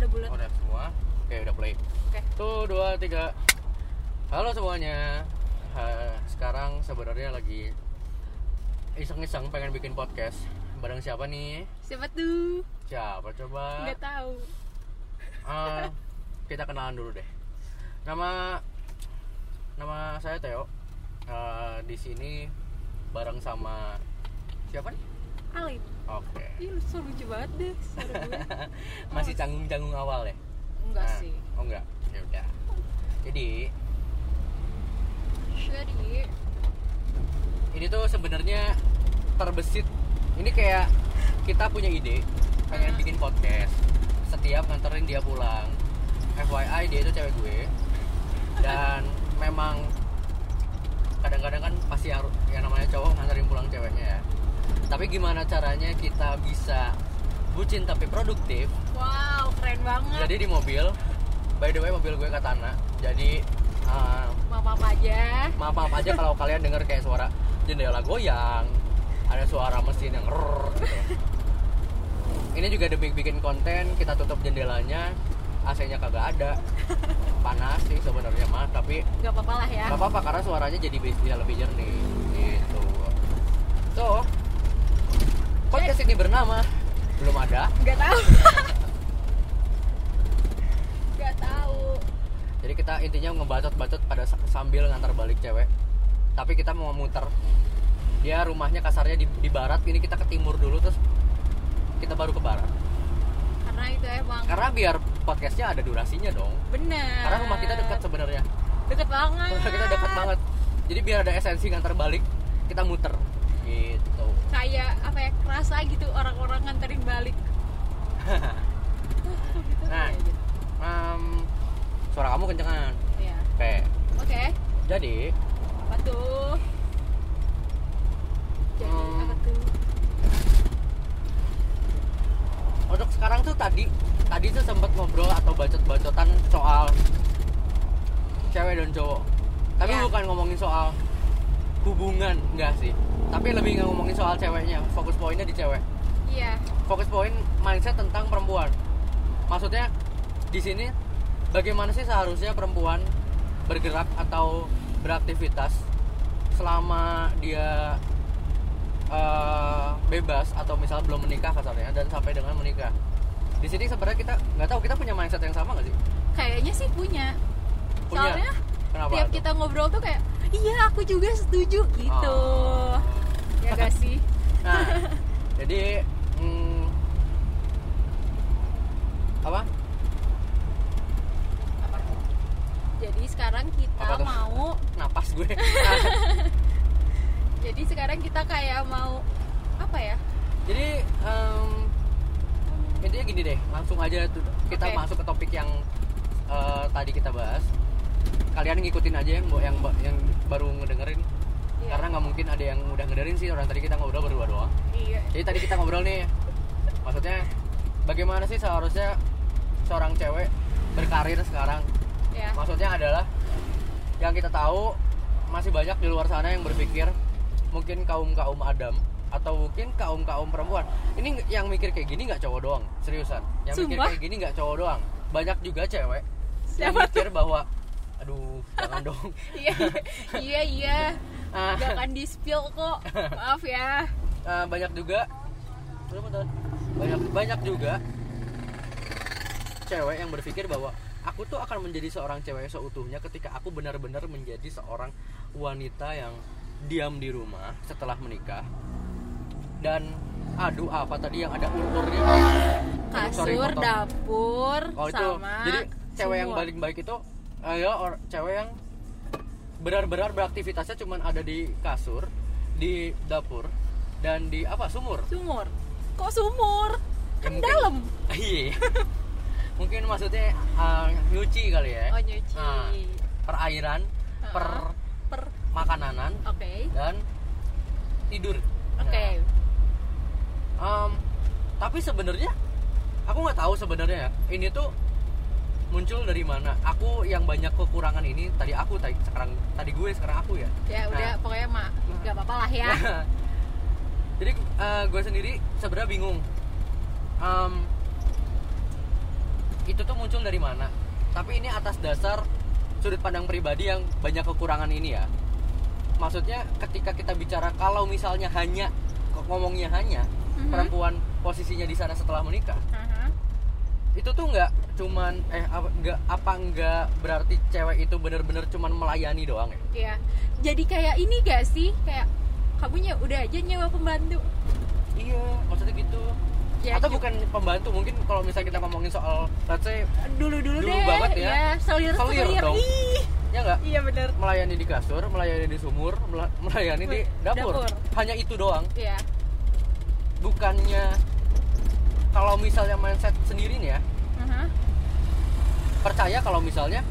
bulat. Udah semua. Oke, udah play. Oke. Tuh, 2, 3. Halo semuanya. Sekarang sebenarnya lagi iseng-iseng pengen bikin podcast. Bareng siapa nih? Siapa tuh? Siapa coba? Nggak tahu. Kita kenalan dulu deh. Nama saya Theo. Di sini bareng sama siapa nih? Alif. Oke. Ih, lu so lucu banget deh suara gue. Masih canggung-canggung awal ya? Enggak sih. Oh enggak. Ya udah. Jadi ini tuh sebenarnya terbesit. Ini kayak kita punya ide pengen bikin podcast setiap nganterin dia pulang. FYI dia itu cewek gue. Dan memang kadang-kadang kan pasti harus yang namanya cowok nganterin pulang ceweknya ya. Tapi gimana caranya kita bisa bucin tapi produktif? Wow, keren banget. Jadi di mobil, by the way mobil gue Katana. Jadi maaf aja kalau kalian denger kayak suara jendela goyang, ada suara mesin yang gitu. Ini juga demi bikin konten, kita tutup jendelanya, AC-nya kagak ada. Panas sih sebenarnya mah, tapi nggak apa-apa lah ya. nggak apa-apa karena suaranya jadi bisa lebih jernih gitu. So, podcast ini bernama belum ada. Nggak tahu. Nggak tahu. Jadi kita intinya ngebacot-bacot pada sambil ngantar balik cewek. Tapi kita mau muter. Dia rumahnya kasarnya di barat, ini kita ke timur dulu terus kita baru ke barat. Karena itu emang. Karena biar podcastnya ada durasinya dong. Bener. Karena rumah kita dekat sebenarnya. Deket banget. Rumah kita dekat banget. Jadi biar ada esensi ngantar balik, kita muter. Gitu. Kayak apa ya, kerasa gitu orang-orang nganterin balik. Gitu, Nah, gitu. suara kamu kencengan. Iya. Oke. Jadi Apa tuh? Apa tuh? untuk sekarang tuh tadi tuh sempat ngobrol atau bacot-bacotan soal cewek dan cowok. Tapi Ya. bukan ngomongin soal hubungan, enggak sih. Tapi lebih ngomongin soal ceweknya. Fokus poinnya di cewek. Iya. Fokus poin mindset tentang perempuan. Maksudnya di sini bagaimana sih seharusnya perempuan bergerak atau beraktivitas selama dia bebas atau misal belum menikah kasarnya dan sampai dengan menikah. Di sini sebenarnya kita nggak tahu kita punya mindset yang sama nggak sih? Kayaknya sih punya. Soalnya Kenapa tiap tuh? kita ngobrol tuh kayak, iya aku juga setuju gitu. Ya gak sih? Nah, jadi apa? Jadi sekarang kita Apa tuh? mau. Napas gue. Jadi sekarang kita kayak mau apa ya? Jadi intinya gini deh, langsung aja tuh kita Oke. masuk ke topik yang tadi kita bahas. Kalian ngikutin aja yang baru ngedengerin. Iya. Karena nggak mungkin ada yang udah ngedengerin sih, orang tadi kita ngobrol berdua doang. Iya. Jadi tadi kita ngobrol nih, maksudnya bagaimana sih seharusnya seorang cewek berkarir sekarang? Ya. Maksudnya adalah yang kita tahu masih banyak di luar sana yang berpikir mungkin kaum Adam atau mungkin kaum perempuan. Ini yang mikir kayak gini nggak cowok doang, seriusan. Yang mikir Sumpah? kayak gini nggak cowok doang, banyak juga cewek yang Siapa mikir bahwa aduh jangan dong. Iya. Gak akan di spill kok. Maaf ya. Banyak juga banyak juga cewek yang berpikir bahwa aku tuh akan menjadi seorang cewek seutuhnya ketika aku benar-benar menjadi seorang wanita yang diam di rumah setelah menikah. Dan apa tadi yang ada ur-urnya? Kasur, dapur, Itu. sama Jadi cewek yang semua. paling baik itu cewek yang benar-benar beraktivitasnya cuman ada di kasur, di dapur, dan di sumur. Sumur. Kok sumur? Kan mungkin- dalam. Iya. Mungkin maksudnya nyuci kali ya. Oh, nyuci. Nah, perairan, per makananan, Oke. dan tidur. Oke. Nah, tapi sebenarnya aku nggak tahu sebenarnya ya, ini tuh muncul dari mana. Aku yang banyak kekurangan ini tadi gue sekarang aku ya. Ya udah, pokoknya nggak apa-apa lah ya. Jadi gue sendiri sebenarnya bingung. itu tuh muncul dari mana. Tapi ini atas dasar sudut pandang pribadi yang banyak kekurangan ini ya. Maksudnya ketika kita bicara kalau misalnya ngomongnya hanya perempuan posisinya di sana setelah menikah, itu tuh nggak cuman nggak berarti cewek itu benar-benar cuman melayani doang ya? Iya. Jadi kayak ini gak sih, kayak kamunya udah aja nyewa pembantu. Iya, maksudnya gitu. Ya, atau bukan pembantu, mungkin kalau misalnya kita ngomongin soal let's say dulu deh banget ya, selir dong. Ya nggak? Iya benar. Melayani di kasur, melayani di sumur, melayani di dapur. Hanya itu doang. Iya. Bukannya kalau misalnya mindset sendiri nih ya, percaya kalau misalnya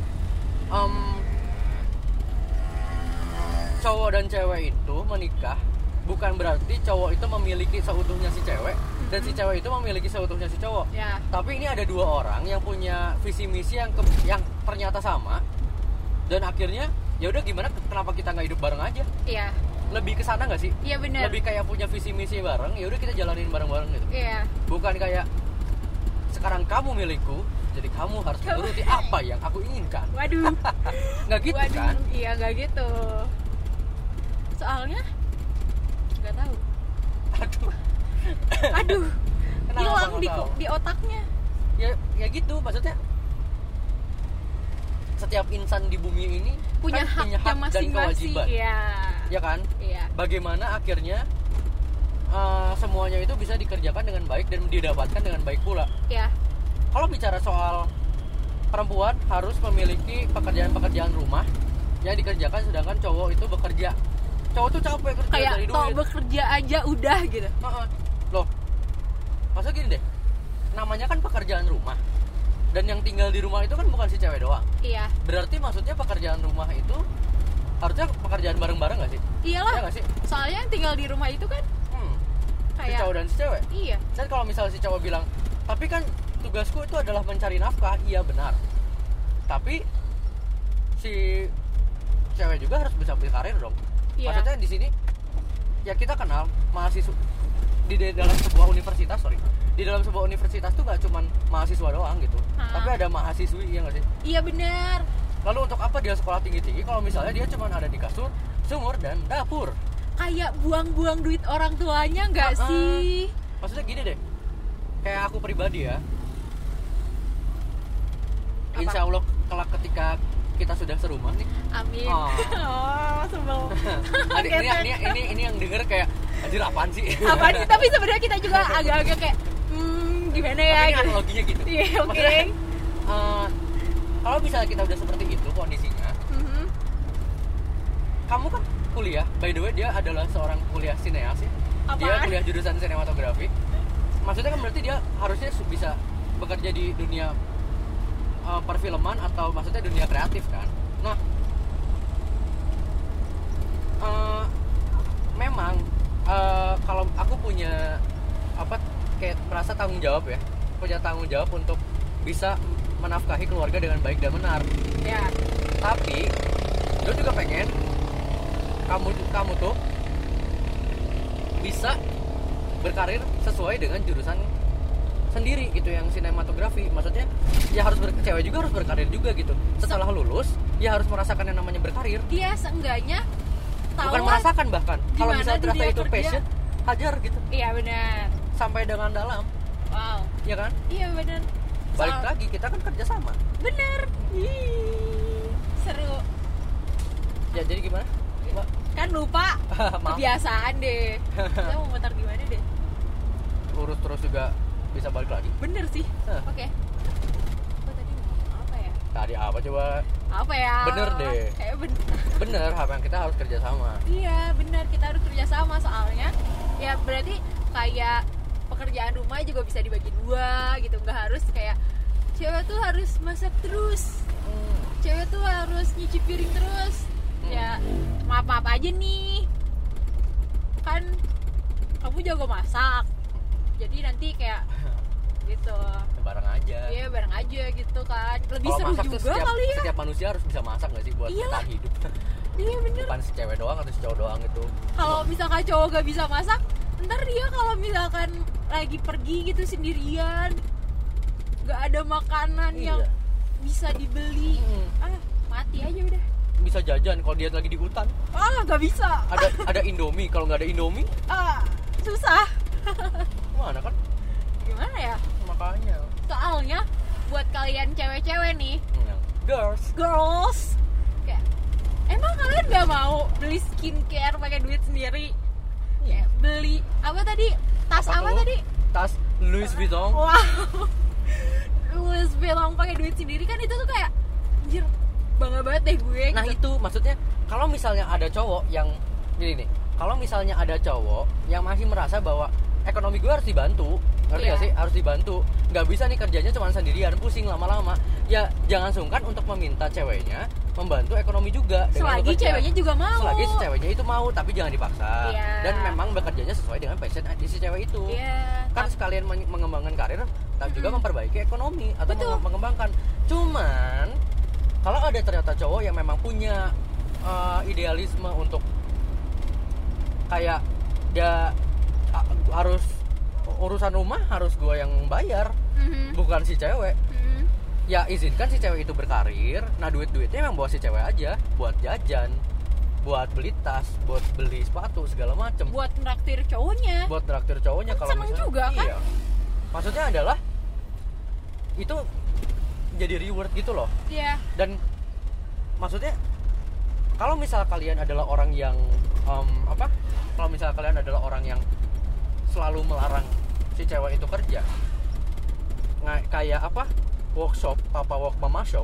cowok dan cewek itu menikah bukan berarti cowok itu memiliki seutuhnya si cewek dan si cewek itu memiliki seutuhnya si cowok. Ya. Tapi ini ada dua orang yang punya visi misi yang ternyata sama dan akhirnya ya udah gimana, kenapa kita nggak hidup bareng aja? Iya. Lebih ke sana nggak sih? Iya benar. Lebih kayak punya visi misi bareng, ya udah kita jalanin bareng-bareng gitu. Iya. Bukan kayak sekarang kamu milikku, jadi kamu harus menuruti apa yang aku inginkan. Waduh. Nggak gitu kan? Iya nggak gitu. Soalnya nggak tahu. Aduh. Hilang di otaknya. Ya gitu, maksudnya setiap insan di bumi ini punya kan hak dan kewajiban. Iya. Ya kan? Iya. Bagaimana akhirnya semuanya itu bisa dikerjakan dengan baik dan didapatkan dengan baik pula. Iya. Kalau bicara soal perempuan harus memiliki pekerjaan-pekerjaan rumah yang dikerjakan, sedangkan cowok itu bekerja. Cowok tuh capek kerja kayak dari duit. Kayak bekerja aja udah gitu. Loh, maksudnya gini deh, namanya kan pekerjaan rumah, dan yang tinggal di rumah itu kan bukan si cewek doang. Iya. Berarti maksudnya pekerjaan rumah itu harusnya pekerjaan bareng-bareng gak sih? Iyalah. Iya gak sih? Soalnya yang tinggal di rumah itu kan si cowok dan si cewek. Iya. Dan kalau misalnya si cowok bilang, tapi kan tugasku itu adalah mencari nafkah, iya benar. Tapi si cewek juga harus bisa berkarir dong. Iya. Maksudnya di sini ya kita kenal mahasiswa di dalam sebuah universitas, di dalam sebuah universitas tuh gak cuman mahasiswa doang gitu, tapi ada mahasiswi, iya gak sih? Iya benar. Lalu untuk apa dia sekolah tinggi-tinggi kalau misalnya dia cuman ada di kasur, sumur, dan dapur? Kayak buang-buang duit orang tuanya gak sih? Maksudnya gini deh, kayak aku pribadi ya, apa? Insya Allah kelak ketika kita sudah serumah nih. Amin. Sebel. ini yang denger kayak anjir apaan sih? Apaan sih? Tapi sebenarnya kita juga agak-agak kayak gimana ya? Tapi analoginya gitu. Iya, oke. Kalau misalnya kita udah seperti itu kondisinya, kamu kan kuliah, by the way dia adalah seorang kuliah sineas ya. Dia kuliah jurusan sinematografi. Maksudnya kan berarti dia harusnya bisa bekerja di dunia perfilman atau maksudnya dunia kreatif kan. Nah, memang kalau aku punya kayak merasa tanggung jawab ya, punya tanggung jawab untuk bisa menafkahi keluarga dengan baik dan benar. Ya. Tapi gue juga pengen kamu tuh bisa berkarir sesuai dengan jurusan sendiri gitu, yang sinematografi. Maksudnya ya harus cewek juga harus berkarir juga gitu. Setelah lulus ya harus merasakan yang namanya berkarir. Iya, seenggaknya tahu. Bukan merasakan, bahkan kalau misalnya terasa itu passion, hajar gitu. Iya benar. Sampai dengan dalam. Wow. Iya kan? Iya benar. Balik lagi kita kan kerja sama. Bener. Seru. Ya jadi gimana? Kan lupa. Kebiasaan deh. Kita mau muter di mana deh? Lurus terus juga bisa balik lagi. Bener sih. Oke. Apa tadi ngomong apa ya? Tadi apa coba? Apa ya? Bener deh. Kayak bener, apa yang kita harus kerja sama. Iya, bener, kita harus kerja sama soalnya. Ya berarti kayak pekerjaan rumah juga bisa dibagi dua gitu. Nggak harus kayak cewek tuh harus masak terus. Cewek tuh harus nyuci piring terus. Ya maaf aja nih, kan kamu jago masak, jadi nanti kayak gitu bareng aja. Iya bareng aja gitu kan, lebih kalo seru juga kali ya. Setiap manusia harus bisa masak nggak sih buat bertahan hidup? Iya bener. Bukan si cewek doang atau si cowok doang gitu. Kalau misalkan cowok gak bisa masak, ntar dia kalau misalkan lagi pergi gitu sendirian, gak ada makanan yang bisa dibeli. Mati aja udah. Bisa jajan kalau dia lagi di hutan. Gak bisa. Ada Indomie, kalau nggak ada Indomie susah. mana kan? Gimana ya? Makanya. Soalnya buat kalian cewek-cewek nih, girls, kayak emang kalian gak mau beli skincare pakai duit sendiri? Kayak beli apa tadi? Tas apa tadi? Tas Louis Vuitton. Wow. Louis Vuitton pakai duit sendiri kan itu tuh kayak anjir, bangga banget deh gue. Nah gitu. itu maksudnya kalau misalnya ada cowok yang gini nih, kalau misalnya ada cowok yang masih merasa bahwa ekonomi gue harus dibantu, ngerti gak sih? Harus dibantu, nggak bisa nih kerjanya cuma sendirian, pusing lama-lama. Ya jangan sungkan untuk meminta ceweknya membantu ekonomi juga. Selagi ceweknya juga mau. Selagi si ceweknya itu mau, tapi jangan dipaksa. Dan memang bekerjanya sesuai dengan passion si cewek itu. Kan sekalian mengembangkan karir, tapi juga memperbaiki ekonomi atau mengembangkan. Cuman kalau ada ternyata cowok yang memang punya idealisme untuk kayak dia harus urusan rumah harus gue yang bayar, bukan si cewek. Ya izinkan si cewek itu berkarir. Nah duit-duitnya memang bawa si cewek aja, buat jajan, buat beli tas, buat beli sepatu segala macem, buat traktir cowoknya. Kalau seneng misalnya juga kan? Iya. Maksudnya adalah itu jadi reward gitu loh. Iya. Dan maksudnya kalau misal kalian adalah orang yang kalau misal kalian adalah orang yang selalu melarang si cewek itu kerja, kayak apa, workshop, papa work mama shop.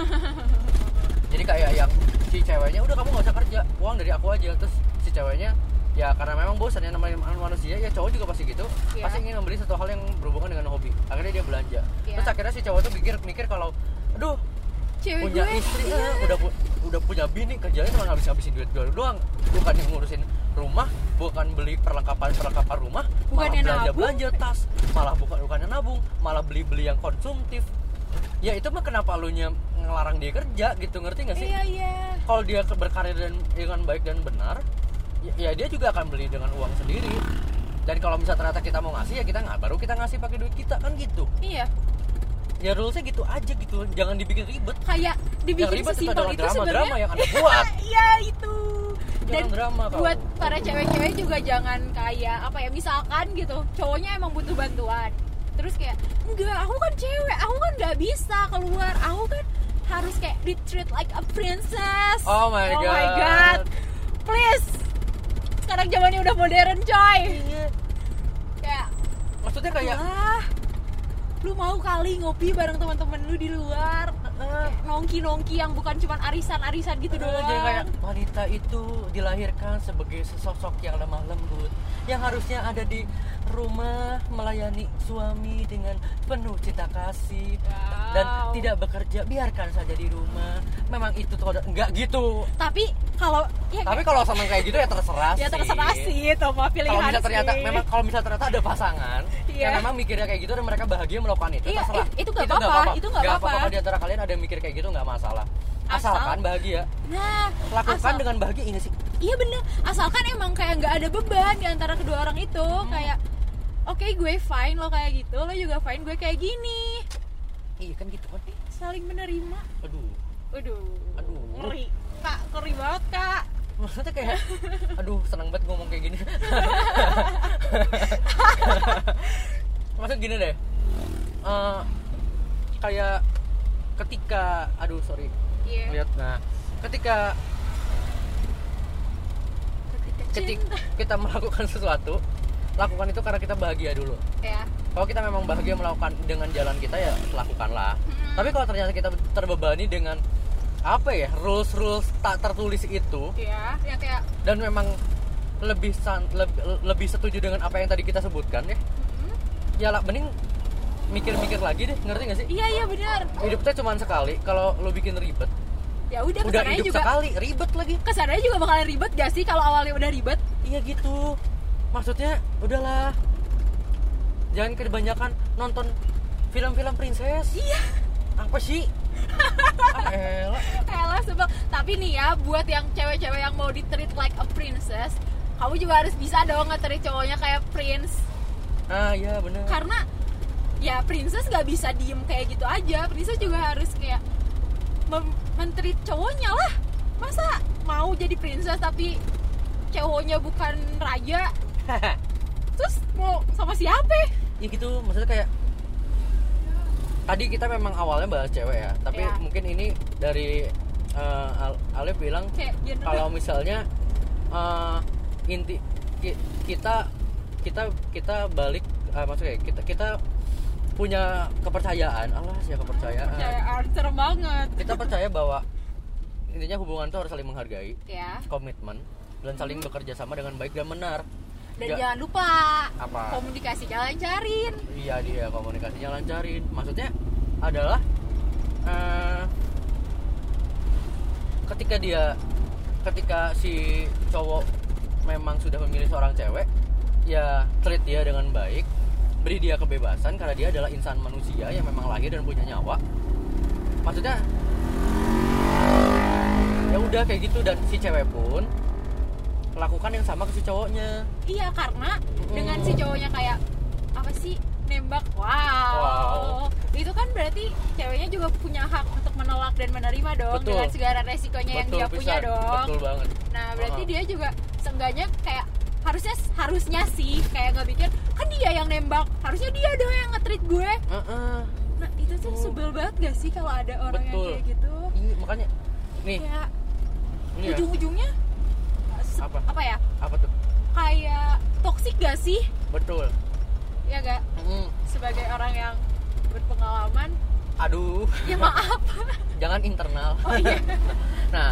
Jadi kayak yang si ceweknya udah kamu nggak usah kerja, uang dari aku aja. Terus si ceweknya ya karena memang bosan ya namanya manusia, ya cowok juga pasti gitu, pasti ingin membeli satu hal yang berhubungan dengan hobi. Akhirnya dia belanja. Terus akhirnya si cowok tuh mikir kalau aduh cewek punya gue, istri udah punya bini, kerjanya cuma ngabisin duit gue doang, bukan yang ngurusin rumah, bukan beli perlengkapan rumah, bukannya malah belanja tas, malah bukannya nabung, malah beli yang konsumtif. Ya itu mah kenapa lu ngelarang dia kerja gitu, ngerti nggak sih? Iya. Kalau dia berkarir dengan baik dan benar, ya dia juga akan beli dengan uang sendiri. Dan kalau misalnya ternyata kita mau ngasih, ya kita baru kita ngasih pakai duit kita, kan gitu. Iya. Ya rulesnya gitu aja gitu, jangan dibikin ribet. Kayak dibikin sesimpel itu sebenarnya. Drama yang Anda buat. Iya itu. Dan drama, buat para cewek-cewek juga jangan kayak apa ya, misalkan gitu cowoknya emang butuh bantuan, terus kayak enggak, aku kan cewek, aku kan nggak bisa keluar, aku kan harus kayak di treat like a princess. Oh my god, please, sekarang zamannya udah modern coy. Kayak maksudnya kayak lu mau kali ngopi bareng teman-teman lu di luar, nongki yang bukan cuma arisan gitu doang. Jadi kayak wanita itu dilahirkan sebagai sesosok yang lemah lembut, yang harusnya ada di rumah melayani suami dengan penuh cinta kasih, dan tidak bekerja, biarkan saja di rumah. Memang itu tuh enggak gitu. Tapi kalau sama kayak gitu ya terserah sih. Ya terserah sih, itu mah pilihan sih. Kalau misal ternyata ada pasangan yang memang mikirnya kayak gitu dan mereka bahagia melakukan itu, terserah. Itu nggak apa-apa. Nggak apa-apa di antara kalian ada yang mikir kayak gitu, nggak masalah. Asalkan bahagia. Nah, lakukan dengan bahagia ini sih. Iya bener. Asalkan emang kayak nggak ada beban di antara kedua orang itu. Kayak oke, gue fine lo kayak gitu, lo juga fine gue kayak gini. Iya kan gitu kan. Saling menerima. Aduh. Ngeri. Kak, ngeri banget kak. Maksudnya kayak aduh seneng banget ngomong kayak gini. Maksud gini deh, kayak ketika lihat, nah ketika kita melakukan sesuatu, lakukan itu karena kita bahagia dulu. Kalau kita memang bahagia melakukan dengan jalan kita, ya lakukanlah. Tapi kalau ternyata kita terbebani dengan rules tak tertulis itu, yang kayak dan memang lebih setuju dengan apa yang tadi kita sebutkan ya lah, mending mikir-mikir lagi deh, ngerti nggak sih? Iya benar. Hidupnya cuma sekali, kalau lo bikin ribet, ya udah hidup juga sekali ribet lagi. Kesannya juga bakalan ribet gak sih kalau awalnya udah ribet? Iya gitu. Maksudnya udahlah, jangan kebanyakan nonton film-film princess. Iya. Apa sih? Elah sebel. Tapi nih ya, buat yang cewek-cewek yang mau di-treat like a princess, kamu juga harus bisa dong nge-treat cowoknya kayak prince. Iya benar. Karena ya princess gak bisa diem kayak gitu aja. Princess juga harus kayak men-treat cowoknya lah. Masa mau jadi princess tapi cowoknya bukan raja? Terus mau sama siapa? Ya gitu, maksudnya kayak tadi kita memang awalnya bahas cewek ya, tapi Ya. mungkin ini dari Alif bilang Kayak genre. kalau misalnya inti kita balik, maksudnya kita punya kepercayaan, kepercayaan. Kayak serem banget. Kita percaya bahwa intinya hubungan itu harus saling menghargai, Ya. komitmen, dan saling bekerja sama dengan baik dan benar. Dan Ya. jangan lupa Apa? komunikasinya lancarin. Iya, dia komunikasinya lancarin. Maksudnya adalah ketika si cowok memang sudah memilih seorang cewek, ya treat dia dengan baik, beri dia kebebasan karena dia adalah insan manusia yang memang lahir dan punya nyawa. Maksudnya ya udah kayak gitu, dan si cewek pun lakukan yang sama ke si cowoknya. Iya, karena dengan si cowoknya kayak apa sih, nembak, wow. Itu kan berarti ceweknya juga punya hak untuk menolak dan menerima dong. Betul. Dengan segala resikonya yang dia punya pisan. dong. Betul banget. Nah berarti dia juga seenggaknya kayak harusnya sih kayak nggak pikir kan dia yang nembak, harusnya dia dong yang nge-treat gue. Nah itu tuh sebel banget gak sih kalau ada orang yang Betul. kayak gitu. Iya, makanya nih Kayak ini ya. ujung-ujungnya apa ya, Apa tuh? kayak toksik gak sih? Betul. Ya gak? Sebagai orang yang berpengalaman, Aduh. ya maaf. Jangan internal. Oh iya. Nah,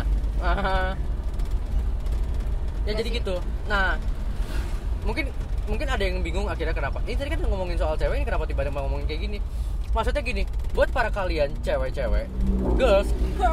ya Ya jadi sih. gitu. Nah, mungkin ada yang bingung akhirnya kenapa. Ini tadi kan ngomongin soal cewek, ini kenapa tiba-tiba ngomongin kayak gini? Maksudnya gini, buat para kalian cewek-cewek, girls,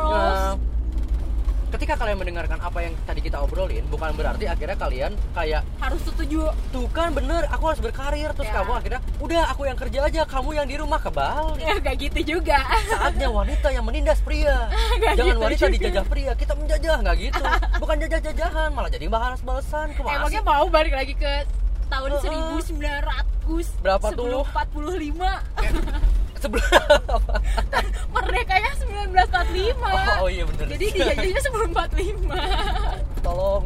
ketika kalian mendengarkan apa yang tadi kita obrolin, bukan berarti akhirnya kalian kayak Harus setuju. tuh kan bener, aku harus berkarir, terus Ya. kamu akhirnya udah aku yang kerja aja, kamu yang di rumah. Kebalik. Ya gak gitu juga. Saatnya wanita yang menindas pria. Gak Jangan gitu wanita juga. dijajah pria, kita menjajah, nggak gitu. Bukan jajah-jajahan, malah jadi balas-balasan. Emangnya mau balik lagi ke tahun 1900 Berapa tuh? sebelum 45. Sebelum Merdekanya 1945. Oh iya bener. Jadi dijajahnya sebelum 45. Tolong.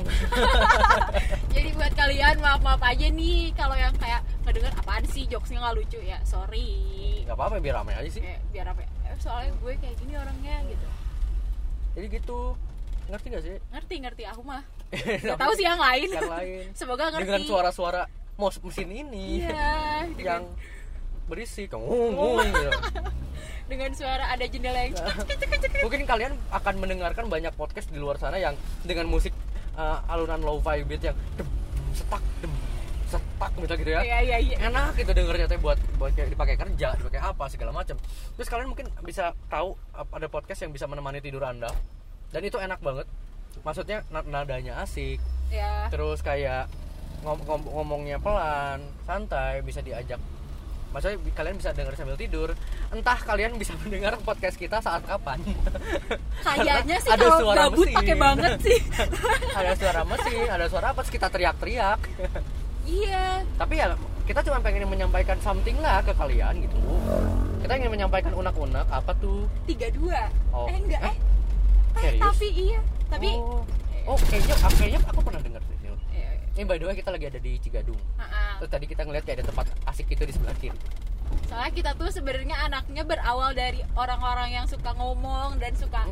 Jadi buat kalian maaf aja nih kalau yang kayak ngedenger apaan sih jokesnya nggak lucu ya, sorry. Nggak apa-apa, biar ramai aja sih. Biar apa ya? Soalnya gue kayak gini orangnya gitu. Jadi gitu. Ngerti gak sih? Ngerti aku mah. Gak tahu sih yang lain. Yang lain. Semoga ngerti. Dengan suara-suara mesin ini. Iya, Yang dengan, berisik, gitu. dengan suara ada jendela yang cek. Mungkin kalian akan mendengarkan banyak podcast di luar sana yang dengan musik alunan lo-fi beat yang dem setak misalnya gitu ya. Iya. Enak gitu dengernya teh buat kayak dipakai kerja, dipakai apa segala macam. Terus kalian mungkin bisa tahu ada podcast yang bisa menemani tidur Anda. Dan itu enak banget. Maksudnya nadanya asik. Ya. Terus kayak ngomongnya pelan, santai, bisa diajak. Maksudnya kalian bisa dengar sambil tidur. Entah kalian bisa mendengar podcast kita saat kapan. Kayaknya sih Ada kalau suara gabut mesin. pakai banget sih. Ada suara mesin, ada suara apa, terus kita teriak-teriak. Iya. Tapi ya kita cuma pengen menyampaikan something lah ke kalian gitu. Kita ingin menyampaikan unek-unek apa tuh. 32. Oh. Enggak. Serius? Tapi iya. Tapi kayaknya aku pernah dengar sih. Iya. Ini by the way kita lagi ada di Cigadung. Terus tadi kita ngeliat kayak ada tempat asik gitu di sebelah kiri. Soalnya kita tuh sebenarnya anaknya berawal dari orang-orang yang suka ngomong dan suka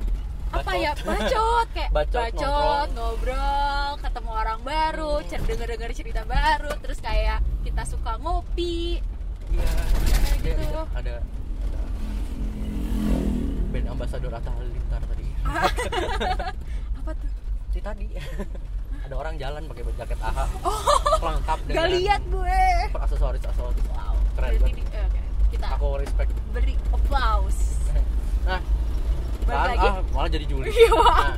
bacot kayak Bacot, ngobrol, ketemu orang baru, denger cerita baru, terus kayak kita suka ngopi. Iya. Kayak gitu. Ada band ambasador Atta Halilintar tadi. Apa tuh? Si tadi. Ada orang jalan pakai jaket AHA. Lengkap dengan Gak lihat gue. aksesoris. Wow. Keren Berarti banget. oke. Kita Aku respect. beri applause. Nah, Balik lagi. malah jadi Juli. Iya.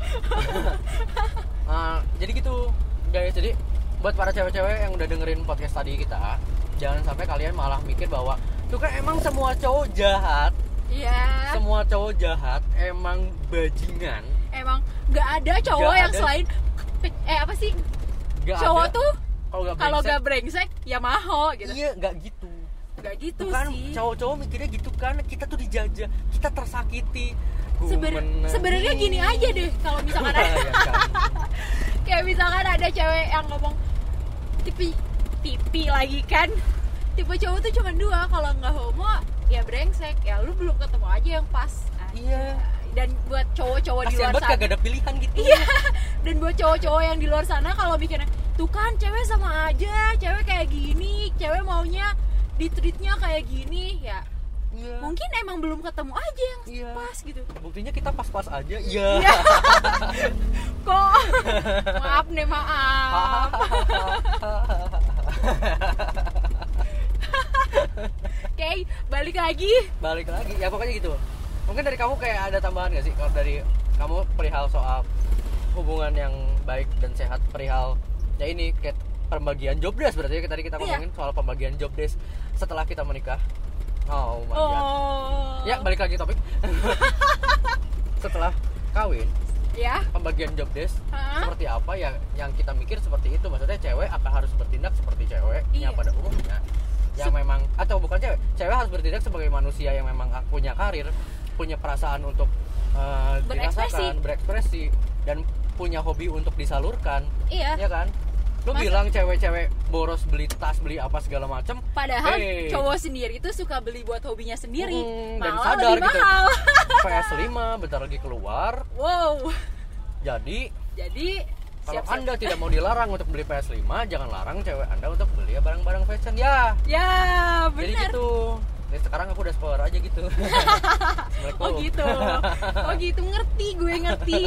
Nah, jadi gitu guys. Jadi buat para cewek-cewek yang udah dengerin podcast tadi kita, jangan sampai kalian malah mikir bahwa tuh kan emang semua cowok jahat. Iya. Semua cowok jahat emang bajingan. Emang gak ada cowok Gak yang ada. selain apa sih? Gak Cowok ada. tuh Kalau kalau gak brengsek ya maho gitu. Iya, nggak gitu. Nggak gitu Tuh kan sih. cowok-cowok mikirnya gitu kan, kita tuh dijajah, kita tersakiti. Sebenarnya gini aja deh, kalau misalkan ada Ya kan? kayak misalkan ada cewek yang ngomong tipi lagi kan, tipe cowok tuh cuma 2, kalau nggak homo ya brengsek, ya lu belum ketemu aja yang pas. Iya. Dan buat cowok-cowok di Kasian luar banget sana, kagak ada pilihan gitu. iya. Dan buat cowok-cowok yang di luar sana kalau mikirnya tuh kan cewek sama aja, cewek kayak gini, cewek maunya di-treatnya kayak gini, ya Iya. mungkin emang belum ketemu aja yang Iya. pas gitu. Buktinya kita pas-pas aja. Iya. Iya. Kok maaf nih, maaf. Oke, balik lagi. Ya pokoknya gitu. Mungkin dari kamu kayak ada tambahan gak sih kalau dari kamu perihal soal hubungan yang baik dan sehat, perihal ya ini kayak pembagian job desk, berarti tadi kita ngomongin soal pembagian job desk setelah kita menikah. Oh my god. Ya balik lagi topik. Setelah kawin, Ya. pembagian job desk Hah? seperti apa ya yang kita mikir seperti itu. Maksudnya cewek akan harus bertindak seperti ceweknya Iya. pada umumnya. Yang memang, atau bukan cewek harus bertindak sebagai manusia yang memang punya karir, punya perasaan untuk dirasakan, berekspresi, dan punya hobi untuk disalurkan. Iya. Ya kan? Lu bilang cewek-cewek boros beli tas, beli apa segala macam. Padahal hey, cowok sendiri tuh suka beli buat hobinya sendiri, dan malah sadar lebih gitu. mahal. PS5 bentar lagi keluar. Wow. Jadi kalau siap-siap. Anda tidak mau dilarang untuk beli PS5, jangan larang cewek Anda untuk beli barang-barang fashion ya. Ya, Jadi benar. gitu. Jadi sekarang aku udah spoiler aja gitu. Oh gitu. Oh gitu, gue ngerti.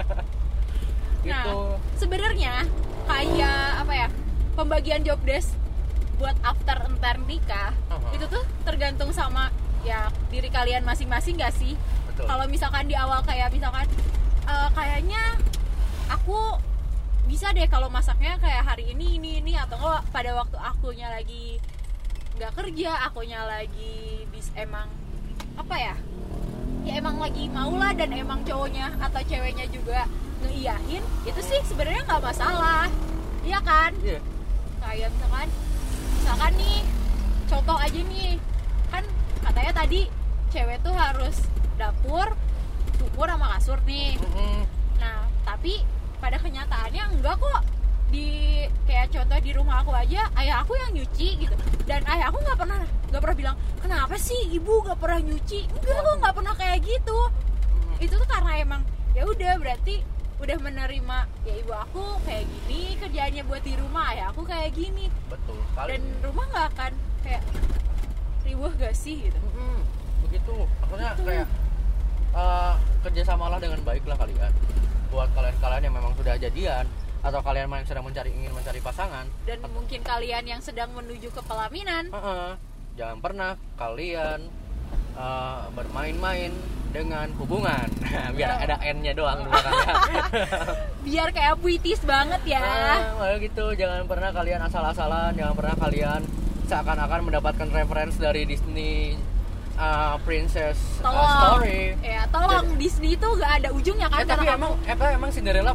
Gitu. Nah, sebenarnya kayak apa ya? Pembagian job desk buat after entar nikah itu tuh tergantung sama ya diri kalian masing-masing gak sih? Betul. Kalau misalkan di awal kayak misalkan kayaknya aku bisa deh kalau masaknya kayak hari ini atau enggak pada waktu akunya lagi nggak kerja, akunya lagi emang apa ya emang lagi maulah dan emang cowoknya atau ceweknya juga ngeiyahin, itu sih sebenarnya nggak masalah, iya kan? Iya. Kayak misalkan nih contoh aja nih, kan katanya tadi cewek tuh harus dapur sama kasur nih. Nah tapi pada kenyataannya enggak kok. Di kayak contoh di rumah aku aja, ayah aku yang nyuci gitu, dan ayah aku nggak pernah bilang kenapa sih ibu nggak pernah nyuci, enggak kok, nggak pernah kayak gitu. Itu tuh karena emang ya udah, berarti udah menerima ya ibu aku kayak gini kerjaannya buat di rumah, ayah aku kayak gini. Betul sekali. Dan rumah nggak akan kayak riuh gak sih gitu. Begitu. Maksudnya kayak kerjasamalah dengan baik lah kalian. Buat kalian yang memang sudah jadian atau kalian yang sedang ingin mencari pasangan, dan mungkin kalian yang sedang menuju ke pelaminan, jangan pernah kalian bermain-main dengan hubungan. Biar ada N-nya doang di belakangnya. biar kayak puitis banget ya. Malah gitu, jangan pernah kalian asal-asalan, jangan pernah kalian seakan-akan mendapatkan referensi dari Disney Princess Story. Ya, tolong. Disney itu gak ada ujungnya kan? Tapi Karena emang Cinderella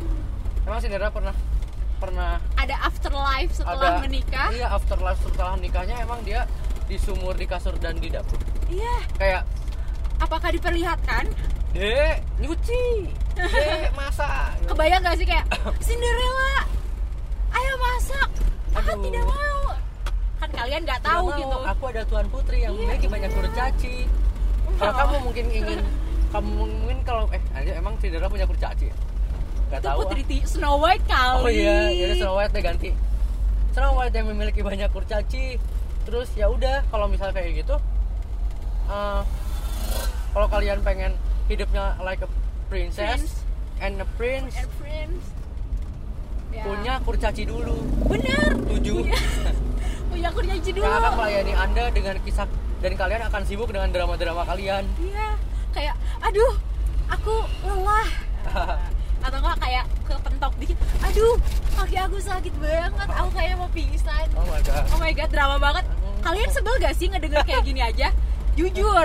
pernah ada afterlife setelah menikah. Iya, afterlife setelah nikahnya emang dia di sumur, di kasur, dan di dapur. Iya. Kayak Apakah diperlihatkan? Dek, nyuci. Dek, masak. Kebayang gak sih kayak Cinderella, ayo masak. Aku Aduh. tidak mau. Kan kalian gak tahu Tidak mau, gitu. aku ada tuan putri yang memiliki banyak kurcaci. Kalau kamu mungkin kalau emang Cinderella punya kurcaci? Gak Itu tahu. Putri Snow White kali. Oh iya, jadi Snow White deh ganti. Snow White yang memiliki banyak kurcaci. Terus ya udah, kalau misal kayak gitu, kalau kalian pengen hidupnya like a princess and a prince, Ya. punya kurcaci dulu. Bener. 7 Punya kurcaci dulu. yang akan melayani Anda dengan kisah, dan kalian akan sibuk dengan drama-drama kalian. Iya, kayak aduh, aku lelah. Atau enggak kayak kepentok dikit, aduh, kaki aku sakit banget, aku kayaknya mau pingsan. Oh my god. Oh my god, drama banget. Kalian sebel gak sih ngedenger kayak gini aja? Jujur.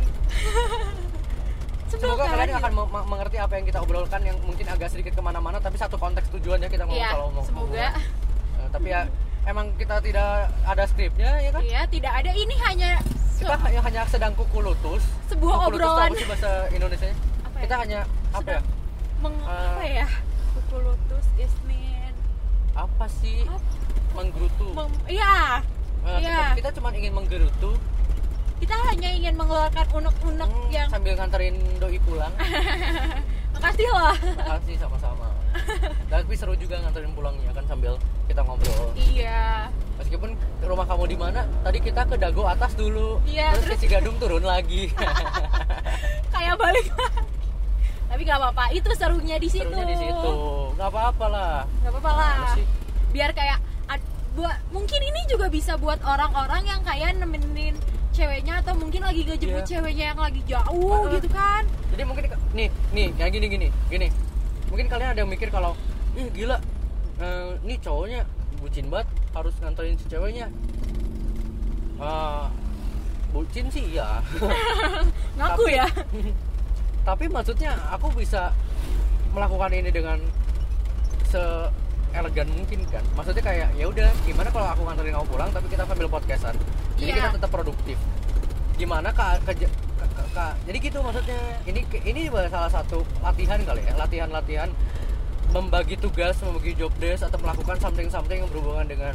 Sebel Semoga kan? kalian akan mengerti apa yang kita obrolkan, yang mungkin agak sedikit kemana-mana, tapi satu konteks tujuannya kita ngomong Iya, kalau ngomong. semoga. Tapi ya emang kita tidak ada skripnya ya kan? Iya, tidak ada, ini hanya Kita hanya sedang kukulutus. sebuah Kukulutus obrolan. apa sih bahasa Indonesianya? Apa ya? Kita hanya apa ya? Apa ya? Kukulutus ismin. Apa sih? Menggerutu. Iya. Iya. Kita cuma ingin menggerutu. Kita hanya ingin mengeluarkan unek-unek yang sambil nganterin doi pulang. makasih loh. Makasih sama-sama. Tapi seru juga nganterin pulangnya kan sambil kita ngobrol. Iya. Meskipun rumah kamu di mana? Tadi kita ke Dago atas dulu. Iya, terus ke Cigadung turun lagi. Kayak balik lagi. Tapi nggak apa-apa, itu serunya di situ. Serunya di situ. Nggak apa-apa lah. Nggak apa-apa lah. Apa sih? Biar kayak mungkin ini juga bisa buat orang-orang yang kayak nemenin ceweknya atau mungkin lagi ngejemput ceweknya yang lagi jauh gitu kan. Jadi mungkin nih kayak gini. Mungkin kalian ada yang mikir kalau ih gila, nih cowoknya bucin banget harus nganterin si ceweknya. Bucin sih ya. Ngaku ya. Tapi maksudnya aku bisa melakukan ini dengan elegan mungkin kan. Maksudnya kayak ya udah, gimana kalau aku nganterin kamu pulang tapi kita sambil podcastan. Jadi kita tetap produktif. Gimana jadi gitu maksudnya. Ini salah satu latihan kali ya, latihan membagi tugas, membagi job desk atau melakukan something yang berhubungan dengan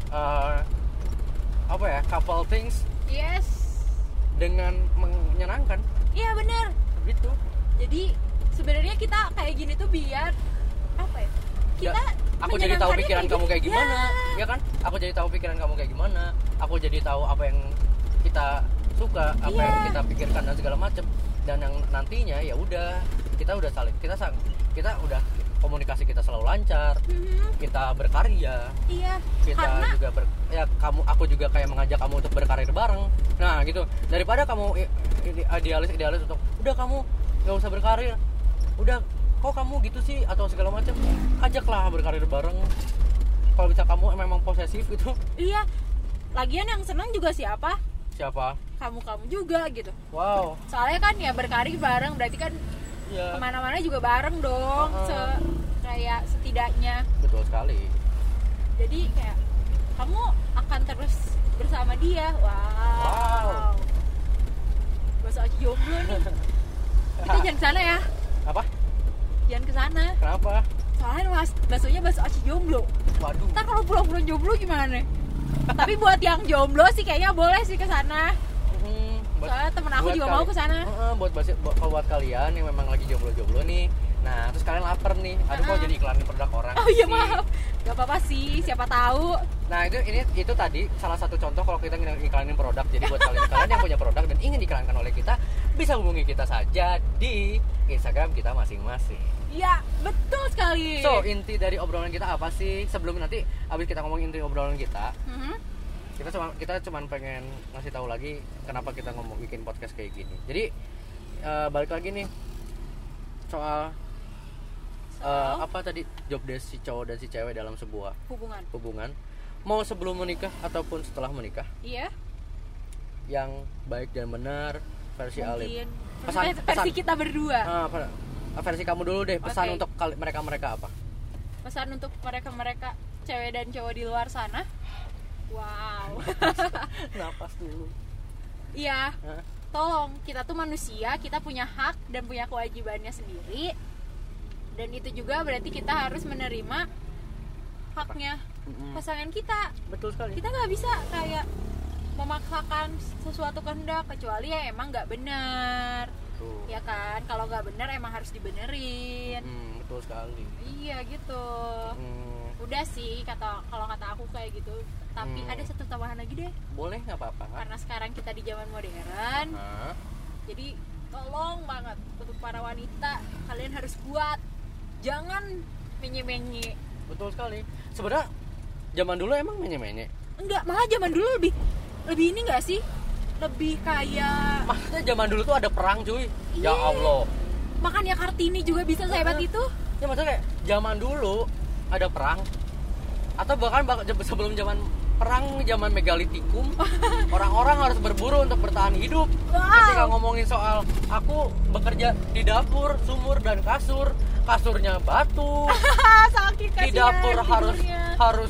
apa ya, couple things. Yes. Dengan menyenangkan. Iya benar. Gitu. Jadi sebenarnya kita kayak gini tuh biar apa ya? Kita aku jadi tahu pikiran kamu kayak gimana, ya kan? Aku jadi tahu pikiran kamu kayak gimana. Aku jadi tahu apa yang kita suka, apa yang kita pikirkan dan segala macam. Dan yang nantinya ya udah kita udah kita udah komunikasi kita selalu lancar. Kita berkarya. Iya. Kita juga aku juga kayak mengajak kamu untuk berkarir bareng. Nah, gitu. Daripada kamu idealis untuk udah kamu nggak usah berkarir. Udah kok kamu gitu sih atau segala macam, ajaklah berkarir bareng. Kalau bisa kamu memang posesif gitu. Iya. Lagian yang senang juga siapa? Kamu juga gitu. Wow. Soalnya kan ya berkarir bareng berarti kan kemana-mana juga bareng dong. Kayak setidaknya. Betul sekali. Jadi kayak kamu akan terus bersama dia. Wow. Bahasa jomblo nih. Kita jangan kesana ya. Apa? Jangan kesana. Kenapa? Soalnya baksonya bakso aci jomblo. Waduh. Ntar kalau pulang jomblo gimana? Tapi buat yang jomblo sih kayaknya boleh sih kesana. Soalnya temen aku juga mau kesana. Buat kalian yang memang lagi jomblo nih. Nah, terus kalian lapar nih. Aduh, kok jadi iklanin produk orang. Oh iya, maaf. Gak apa-apa sih, siapa tahu. Nah, itu tadi salah satu contoh kalau kita iklanin produk. Jadi buat kalian yang punya produk dan ingin diiklankan oleh kita, bisa hubungi kita saja di Instagram kita masing-masing. Iya, betul sekali. So, inti dari obrolan kita apa sih? Sebelum nanti abis kita ngomong inti obrolan kita, kita cuma pengen ngasih tahu lagi kenapa kita bikin podcast kayak gini. Jadi balik lagi nih soal apa tadi, job desk si cowok dan si cewek dalam sebuah hubungan. Mau sebelum menikah ataupun setelah menikah. Iya. Yang baik dan benar versi Alim. Versi kita berdua. Versi kamu dulu deh. Pesan untuk mereka apa? Pesan untuk mereka cewek dan cowok di luar sana. Wow. Napas dulu. Iya. Tolong, kita tuh manusia, kita punya hak dan punya kewajibannya sendiri. Dan itu juga berarti kita harus menerima haknya pasangan kita. Betul sekali. Kita nggak bisa kayak memaksakan sesuatu kehendak kecuali ya emang nggak benar. Ya kan, kalau nggak benar emang harus dibenerin. Betul sekali. Iya gitu. Udah sih kalau kata aku kayak gitu. Tapi ada satu tambahan lagi deh. Boleh, nggak apa-apa. Karena sekarang kita di zaman modern. Jadi tolong banget untuk para wanita, kalian harus kuat. Jangan menye-menye. Betul sekali. Sebenarnya zaman dulu emang menye-menye. Enggak, malah zaman dulu lebih ini enggak sih? Lebih kayak, maksudnya zaman dulu tuh ada perang, cuy. Iya. Ya Allah. Makanya Kartini juga bisa sehebat itu. Ya maksudnya kayak zaman dulu ada perang. Atau bahkan sebelum zaman perang, zaman megalitikum, orang-orang harus berburu untuk bertahan hidup. Ketika ngomongin soal aku bekerja di dapur, sumur dan kasurnya batu. Sakit, di dapur harus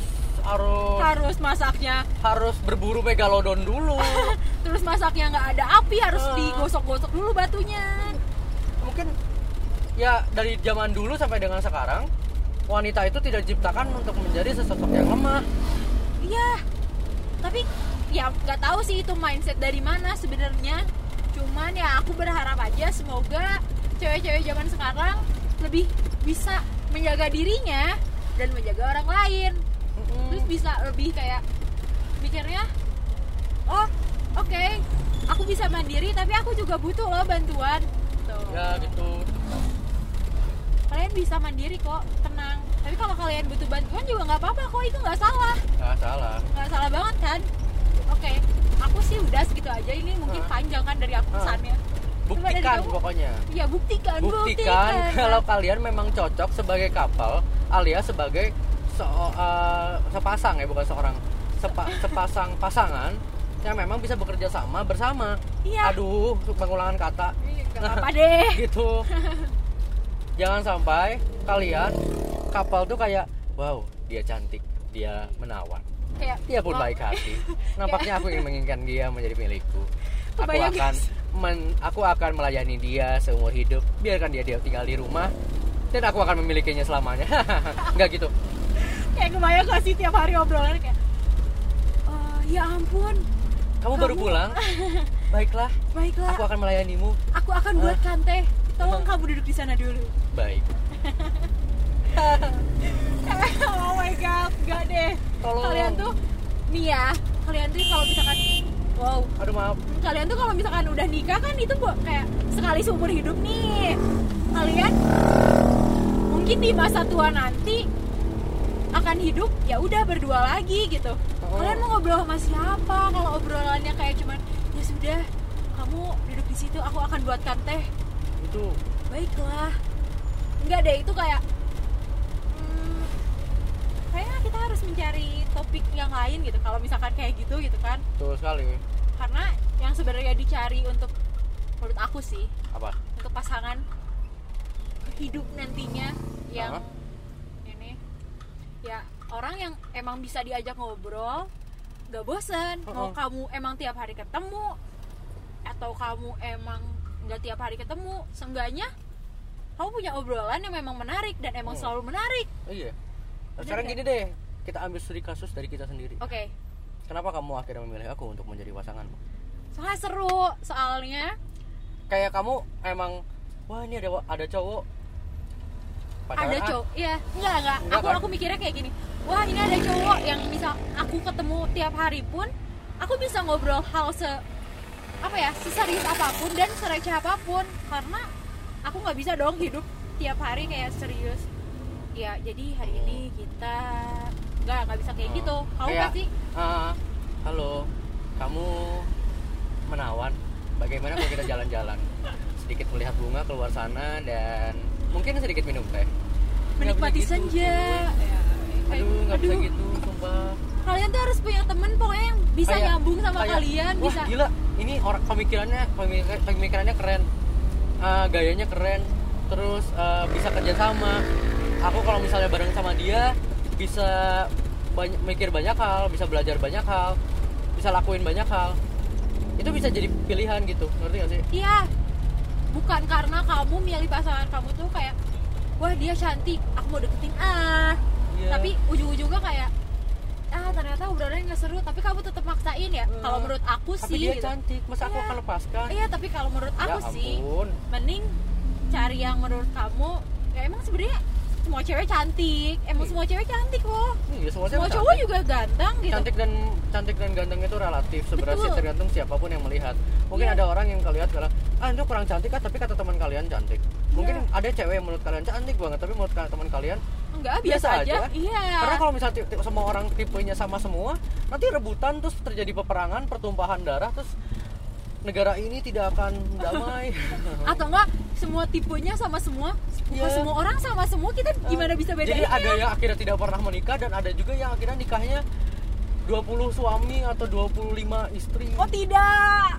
harus masaknya, harus berburu megalodon dulu. terus masaknya nggak ada api, harus digosok-gosok dulu batunya. Mungkin ya dari zaman dulu sampai dengan sekarang wanita itu tidak diciptakan untuk menjadi sesosok yang lemah. Iya, tapi ya nggak tahu sih itu mindset dari mana sebenarnya. Cuman ya aku berharap aja semoga cewek-cewek zaman sekarang lebih bisa menjaga dirinya dan menjaga orang lain. Terus bisa lebih kayak mikirnya, oh oke, aku bisa mandiri tapi aku juga butuh loh bantuan. Tuh. Ya gitu. Kalian bisa mandiri kok, tenang. Tapi kalau kalian butuh bantuan juga nggak apa-apa kok, itu nggak salah. Nggak salah banget kan? Oke, aku sih udah segitu aja. Ini mungkin panjang kan dari aku pesannya. Buktikan pokoknya. Iya, buktikan. Kalau kalian memang cocok sebagai couple alias sebagai sepasang ya, bukan seorang sepasang pasangan yang memang bisa bekerja sama bersama. Iya. Aduh, pengulangan kata. Gak apa-apa deh. Gitu. Jangan sampai kalian couple tuh kayak, wow, dia cantik, dia menawan, kayak, dia pun baik hati. Nampaknya aku ingin menginginkan dia menjadi milikku. Aku akan melayani dia seumur hidup. Biarkan dia tinggal di rumah dan aku akan memilikinya selamanya. Enggak gitu. Kayak kebayang gak sih tiap hari obrolan kayak, ya ampun, kamu baru pulang? Baiklah. Aku akan melayanimu. Aku akan buatkan teh. Tolong kamu duduk di sana dulu. Baik. Oh my god, enggak deh. Tolong. Kalian tuh kalau misalkan, wow. Aduh maaf. Kalian tuh kalau misalkan udah nikah kan itu kayak sekali seumur hidup nih. Kalian mungkin di masa tua nanti akan hidup ya udah berdua lagi gitu. Kalian mau ngobrol sama siapa kalau obrolannya kayak cuman ya sudah, kamu duduk di situ, aku akan buatkan teh. Itu baiklah. Enggak deh, itu kayak kayaknya kita harus mencari topik yang lain gitu kalau misalkan kayak gitu kan. Betul sekali. Karena yang sebenarnya dicari untuk, menurut aku sih, apa? Untuk pasangan hidup nantinya yang ini ya orang yang emang bisa diajak ngobrol, gak bosen. Mau kamu emang tiap hari ketemu atau kamu emang gak tiap hari ketemu, seenggaknya kamu punya obrolan yang memang menarik dan emang selalu menarik. Iya. Nah, sekarang gini deh, kita ambil studi kasus dari kita sendiri. Oke. Kenapa kamu akhirnya memilih aku untuk menjadi pasanganmu? Soalnya seru, soalnya kayak kamu emang, wah ini ada cowok. Ada cowok, iya, enggak. Aku mikirnya kayak gini. Wah ini ada cowok yang misal aku ketemu tiap hari pun, aku bisa ngobrol hal seserius apapun dan sereceh apapun, karena aku nggak bisa dong hidup tiap hari kayak serius. Ya jadi hari ini kita nggak bisa kayak gitu. Kamu pasti halo, kamu menawan, bagaimana kalau kita jalan-jalan sedikit melihat bunga keluar sana dan mungkin sedikit minum teh, menikmati senja gitu. Aduh nggak bisa gitu, sumpah. Kalian tuh harus punya temen pokoknya yang bisa nyambung sama kalian. Wah, bisa gila, ini orang pemikirannya keren, gayanya keren, terus bisa kerja sama. Aku kalau misalnya bareng sama dia bisa mikir banyak hal, bisa belajar banyak hal, bisa lakuin banyak hal. Itu bisa jadi pilihan gitu, ngerti gak sih? Iya, bukan karena kamu milih pasangan kamu tuh kayak, wah dia cantik, aku mau deketin Tapi ujung-ujungnya kayak, ternyata obrolannya nggak seru, tapi kamu tetap maksain ya. Kalau menurut aku tapi sih, dia cantik, masa aku akan lepaskan? Iya, tapi kalau menurut aku sih, ampun, mending cari yang menurut kamu. Ya emang sebenarnya semua cewek cantik, semua cewek cantik loh. Iya, semua cowok juga ganteng gitu. Cantik dan ganteng itu relatif, sebenarnya sih tergantung siapapun yang melihat. Mungkin ada orang yang kalian lihat itu kurang cantik kan, tapi kata teman kalian cantik. Mungkin ada cewek yang menurut kalian cantik banget, tapi menurut teman kalian enggak, biasa aja. Iya. Karena kalau misalnya semua orang tipenya sama semua, nanti rebutan, terus terjadi peperangan, pertumpahan darah, terus negara ini tidak akan damai. Atau enggak semua tipenya sama semua, semua orang sama semua, kita gimana bisa bedainnya? Jadi ada yang akhirnya tidak pernah menikah dan ada juga yang akhirnya nikahnya 20 suami atau 25 istri. Oh tidak.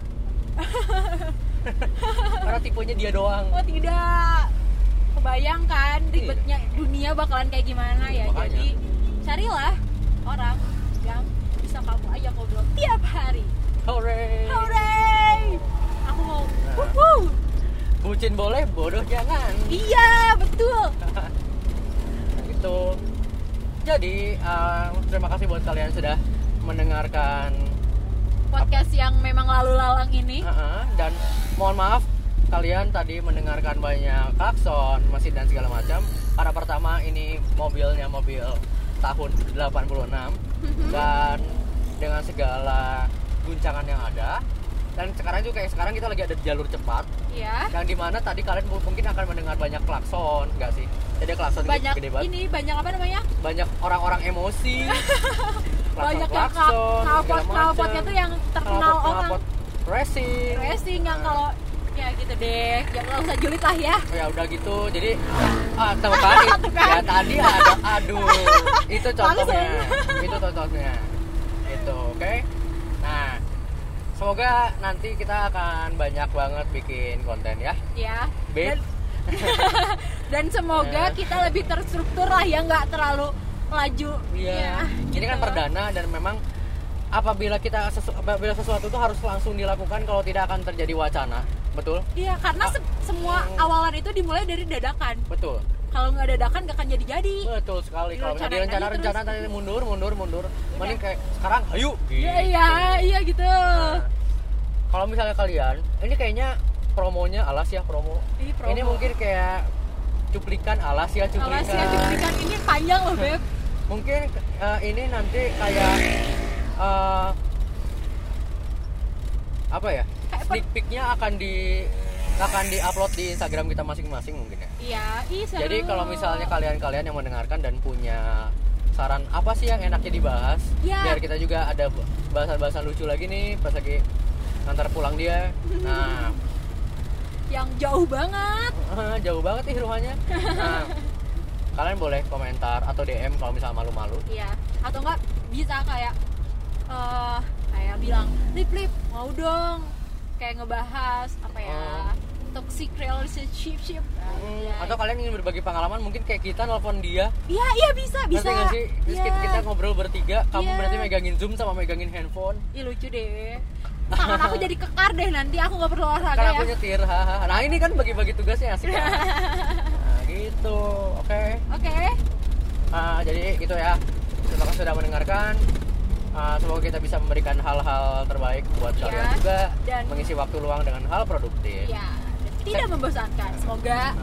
Karena tipenya dia doang. Oh tidak. Kebayangkan ribetnya dunia bakalan kayak gimana ya. Makanya. Jadi carilah orang yang bisa kamu ajak ngobrol tiap hari. Hore. Hooray! Aku mau Bucin boleh, bodoh jangan. Iya, betul. Gitu. Jadi terima kasih buat kalian sudah mendengarkan Podcast yang memang lalu lalang ini. Dan mohon maaf kalian tadi mendengarkan banyak klakson, mesin dan segala macam. Karena pertama ini mobilnya mobil tahun 86 dan dengan segala guncangan yang ada. Dan sekarang juga kayak sekarang kita lagi ada di jalur cepat. Iya. Yang dimana tadi kalian mungkin akan mendengar banyak klakson, enggak sih? Jadi klakson Banyak gede banget. ini banyak apa namanya? Banyak orang-orang emosi. Banyak yang klakson, knalpotnya tuh yang terkenal orang. Racing Yang kalau ya gitu deh, ya nggak usah julid lah ya. Ya udah gitu, jadi tuh kan ya tadi ada itu contohnya itu oke. Nah semoga nanti kita akan banyak banget bikin konten ya. Ya. Babe. Dan semoga kita lebih terstruktur lah ya, nggak terlalu laju. Iya. Ya, Ini kan gitu. perdana dan memang apabila sesuatu itu harus langsung dilakukan, kalau tidak akan terjadi wacana, betul? Iya, karena semua awalan itu dimulai dari dadakan. Betul. Kalau nggak dadakan nggak akan jadi. Betul sekali. Kalau misalnya Direncanain rencana tadi mundur, mending kayak sekarang ayo. Gitu. Iya gitu. Nah, kalau misalnya kalian, ini kayaknya promonya alas ya promo. Ini mungkin kayak cuplikan alas ya cuplikan. Alas ya cuplikan ini panjang loh Beb. Mungkin ini nanti kayak apa ya? Sneak peek-nya akan di-upload di Instagram kita masing-masing mungkin ya. Iya, seru. Jadi kalau misalnya kalian yang mendengarkan dan punya saran apa sih yang enaknya dibahas, biar kita juga ada bahasan-bahasan lucu lagi nih pas lagi ngantar pulang dia. Nah, yang jauh banget. Jauh banget nih rumahnya. Nah, kalian boleh komentar atau DM kalau misalnya malu-malu. Iya. Atau enggak bisa kayak bilang, Lip mau dong kayak ngebahas apa ya, toxic relationship. Atau kalian ingin berbagi pengalaman, mungkin kayak kita nelpon dia. Iya bisa. Ngerti nggak sih? Terus kita ngobrol bertiga, kamu berarti megangin Zoom sama megangin handphone. Ih lucu deh. Tangan aku jadi kekar deh, nanti aku nggak perlu olahraga kan ya. Aku nyetir, Nah ini kan bagi-bagi tugasnya asik kan? Nah gitu, oke. Jadi gitu ya. Terima kasih sudah mendengarkan. Semoga kita bisa memberikan hal-hal terbaik buat kalian juga, dan mengisi waktu luang dengan hal produktif. Iya, tidak membosankan. Semoga.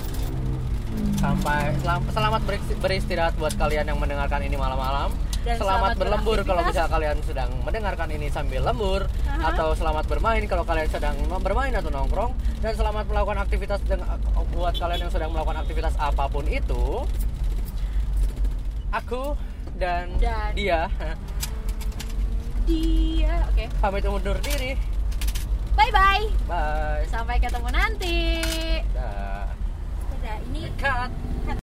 Selamat beristirahat buat kalian yang mendengarkan ini malam-malam. Dan selamat berlembur kalau misalnya kalian sedang mendengarkan ini sambil lembur, atau selamat bermain kalau kalian sedang bermain atau nongkrong, dan selamat melakukan aktivitas buat kalian yang sedang melakukan aktivitas apapun itu. Aku dan dia oke. Pamit undur diri. Bye. Bye. Sampai ketemu nanti. Dah. Dadah. Ini Cut.